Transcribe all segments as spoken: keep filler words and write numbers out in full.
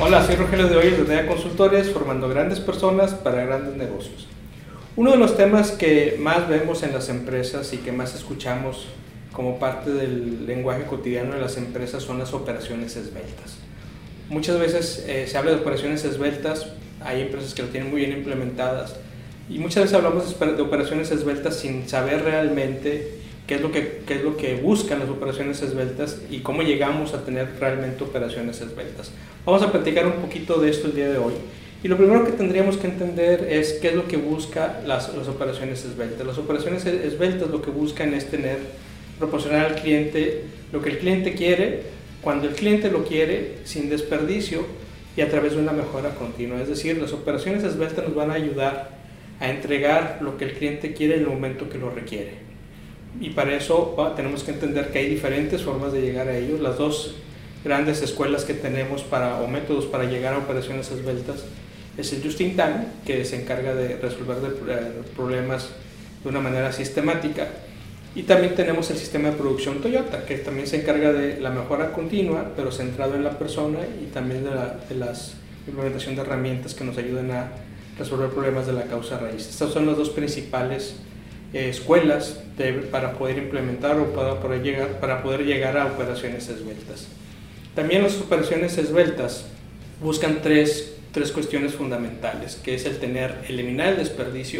Hola, soy Rogelio de Hoy de Nea Consultores, formando grandes personas para grandes negocios. Uno de los temas que más vemos en las empresas y que más escuchamos como parte del lenguaje cotidiano de las empresas son las operaciones esbeltas. Muchas veces eh, se habla de operaciones esbeltas, hay empresas que lo tienen muy bien implementadas y muchas veces hablamos de operaciones esbeltas sin saber realmente qué es lo que, qué es lo que buscan las operaciones esbeltas y cómo llegamos a tener realmente operaciones esbeltas. Vamos a platicar un poquito de esto el día de hoy. Y lo primero que tendríamos que entender es qué es lo que busca las, las operaciones esbeltas. Las operaciones esbeltas lo que buscan es tener, proporcionar al cliente lo que el cliente quiere, cuando el cliente lo quiere, sin desperdicio y a través de una mejora continua. Es decir, las operaciones esbeltas nos van a ayudar a entregar lo que el cliente quiere en el momento que lo requiere. Y para eso va, tenemos que entender que hay diferentes formas de llegar a ellos. Las dos grandes escuelas que tenemos para, o métodos para llegar a operaciones esbeltas es el Just in Time, que se encarga de resolver de, uh, problemas de una manera sistemática, y también tenemos el sistema de producción Toyota, que también se encarga de la mejora continua, pero centrado en la persona, y también de la de las implementación de herramientas que nos ayuden a resolver problemas de la causa raíz. Estas son las dos principales eh, escuelas de, para poder implementar o para poder, llegar, para poder llegar a operaciones esbeltas. También las operaciones esbeltas buscan tres tres cuestiones fundamentales, que es el tener, eliminar el desperdicio,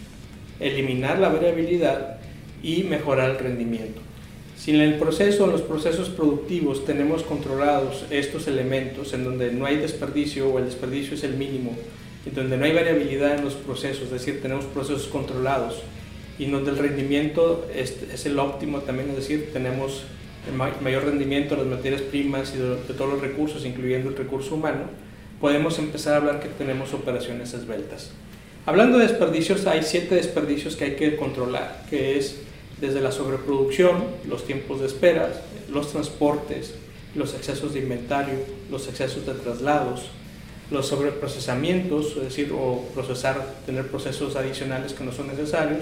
eliminar la variabilidad y mejorar el rendimiento. Si en el proceso, en los procesos productivos tenemos controlados estos elementos en donde no hay desperdicio o el desperdicio es el mínimo, en donde no hay variabilidad en los procesos, es decir, tenemos procesos controlados y en donde el rendimiento es, es el óptimo también, es decir, tenemos el mayor rendimiento de las materias primas y de, de todos los recursos, incluyendo el recurso humano, podemos empezar a hablar que tenemos operaciones esbeltas. Hablando de desperdicios, hay siete desperdicios que hay que controlar, que es desde la sobreproducción, los tiempos de espera, los transportes, los excesos de inventario, los excesos de traslados, los sobreprocesamientos, es decir, o procesar, tener procesos adicionales que no son necesarios,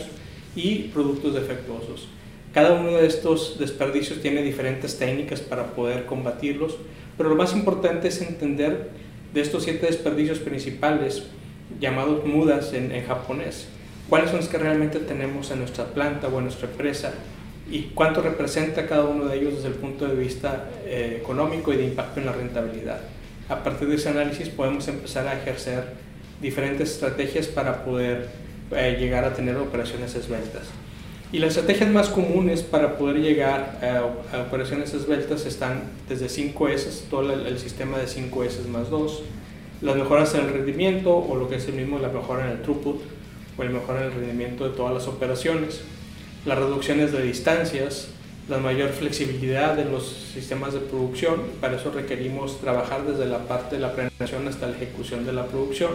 y productos defectuosos. Cada uno de estos desperdicios tiene diferentes técnicas para poder combatirlos, pero lo más importante es entender de estos siete desperdicios principales, llamados mudas en, en japonés, cuáles son los que realmente tenemos en nuestra planta o en nuestra empresa y cuánto representa cada uno de ellos desde el punto de vista eh, económico y de impacto en la rentabilidad. A partir de ese análisis podemos empezar a ejercer diferentes estrategias para poder eh, llegar a tener operaciones esbeltas. Y las estrategias más comunes para poder llegar a, a operaciones esbeltas están desde cinco S, todo el, el sistema de cinco S más dos, las mejoras en el rendimiento o lo que es el mismo la mejora en el throughput o el mejora en el rendimiento de todas las operaciones, las reducciones de distancias, la mayor flexibilidad en los sistemas de producción. Para eso requerimos trabajar desde la parte de la planeación hasta la ejecución de la producción.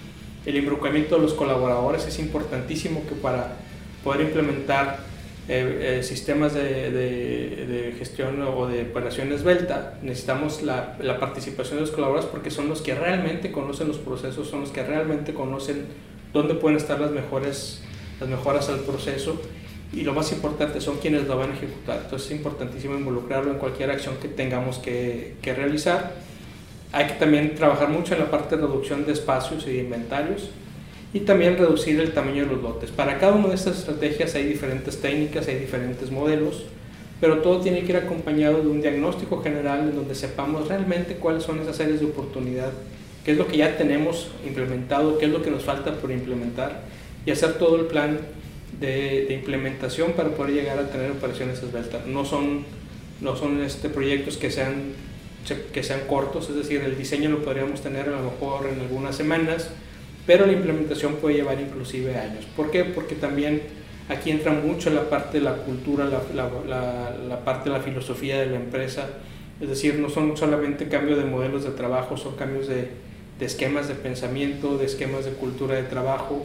El involucramiento de los colaboradores es importantísimo, que para poder implementar eh, eh, sistemas de, de, de gestión o de operación esbelta, necesitamos la, la participación de los colaboradores, porque son los que realmente conocen los procesos, son los que realmente conocen dónde pueden estar las, mejores, las mejoras al proceso, y lo más importante son quienes lo van a ejecutar. Entonces es importantísimo involucrarlo en cualquier acción que tengamos que, que realizar. Hay que también trabajar mucho en la parte de reducción de espacios y de inventarios, y también reducir el tamaño de los lotes. Para cada una de estas estrategias hay diferentes técnicas, hay diferentes modelos, pero todo tiene que ir acompañado de un diagnóstico general en donde sepamos realmente cuáles son esas áreas de oportunidad, qué es lo que ya tenemos implementado, qué es lo que nos falta por implementar, y hacer todo el plan de, de implementación para poder llegar a tener operaciones esbeltas. No son, no son este, proyectos que sean, que sean cortos, es decir, el diseño lo podríamos tener a lo mejor en algunas semanas, pero la implementación puede llevar inclusive años. ¿Por qué? Porque también aquí entra mucho la parte de la cultura, la, la, la, la parte de la filosofía de la empresa, es decir, no son solamente cambios de modelos de trabajo, son cambios de, de esquemas de pensamiento, de esquemas de cultura de trabajo,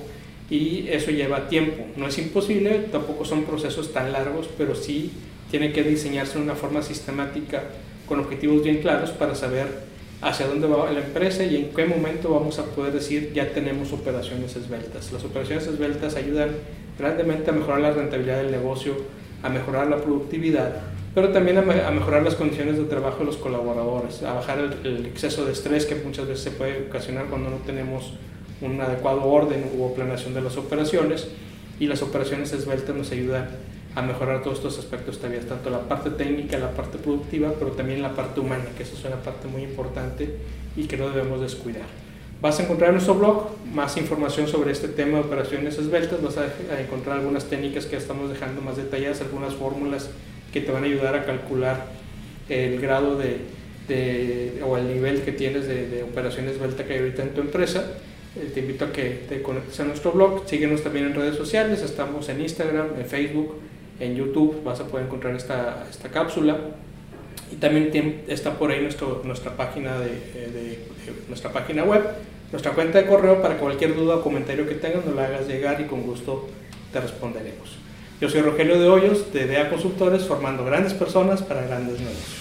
y eso lleva tiempo. No es imposible, tampoco son procesos tan largos, pero sí tiene que diseñarse de una forma sistemática, con objetivos bien claros para saber hacia dónde va la empresa y en qué momento vamos a poder decir ya tenemos operaciones esbeltas. Las operaciones esbeltas ayudan grandemente a mejorar la rentabilidad del negocio, a mejorar la productividad pero también a, me a mejorar las condiciones de trabajo de los colaboradores, a bajar el, el exceso de estrés que muchas veces se puede ocasionar cuando no tenemos un adecuado orden u planeación de las operaciones, y las operaciones esbeltas nos ayudan a mejorar todos estos aspectos también, tanto la parte técnica, la parte productiva, pero también la parte humana, que eso es una parte muy importante y que no debemos descuidar. Vas a encontrar en nuestro blog más información sobre este tema de operaciones esbeltas, vas a, a encontrar algunas técnicas que estamos dejando más detalladas, algunas fórmulas que te van a ayudar a calcular el grado de, de o el nivel que tienes de, de operación esbelta que hay ahorita en tu empresa. Eh, te invito a que te conectes a nuestro blog, síguenos también en redes sociales, estamos en Instagram, en Facebook, en YouTube, vas a poder encontrar esta, esta cápsula, y también está por ahí nuestro, nuestra, página de, de, de nuestra página web, nuestra cuenta de correo, para cualquier duda o comentario que tengas nos la hagas llegar y con gusto te responderemos. Yo soy Rogelio de Hoyos, de D E A Consultores, formando grandes personas para grandes negocios.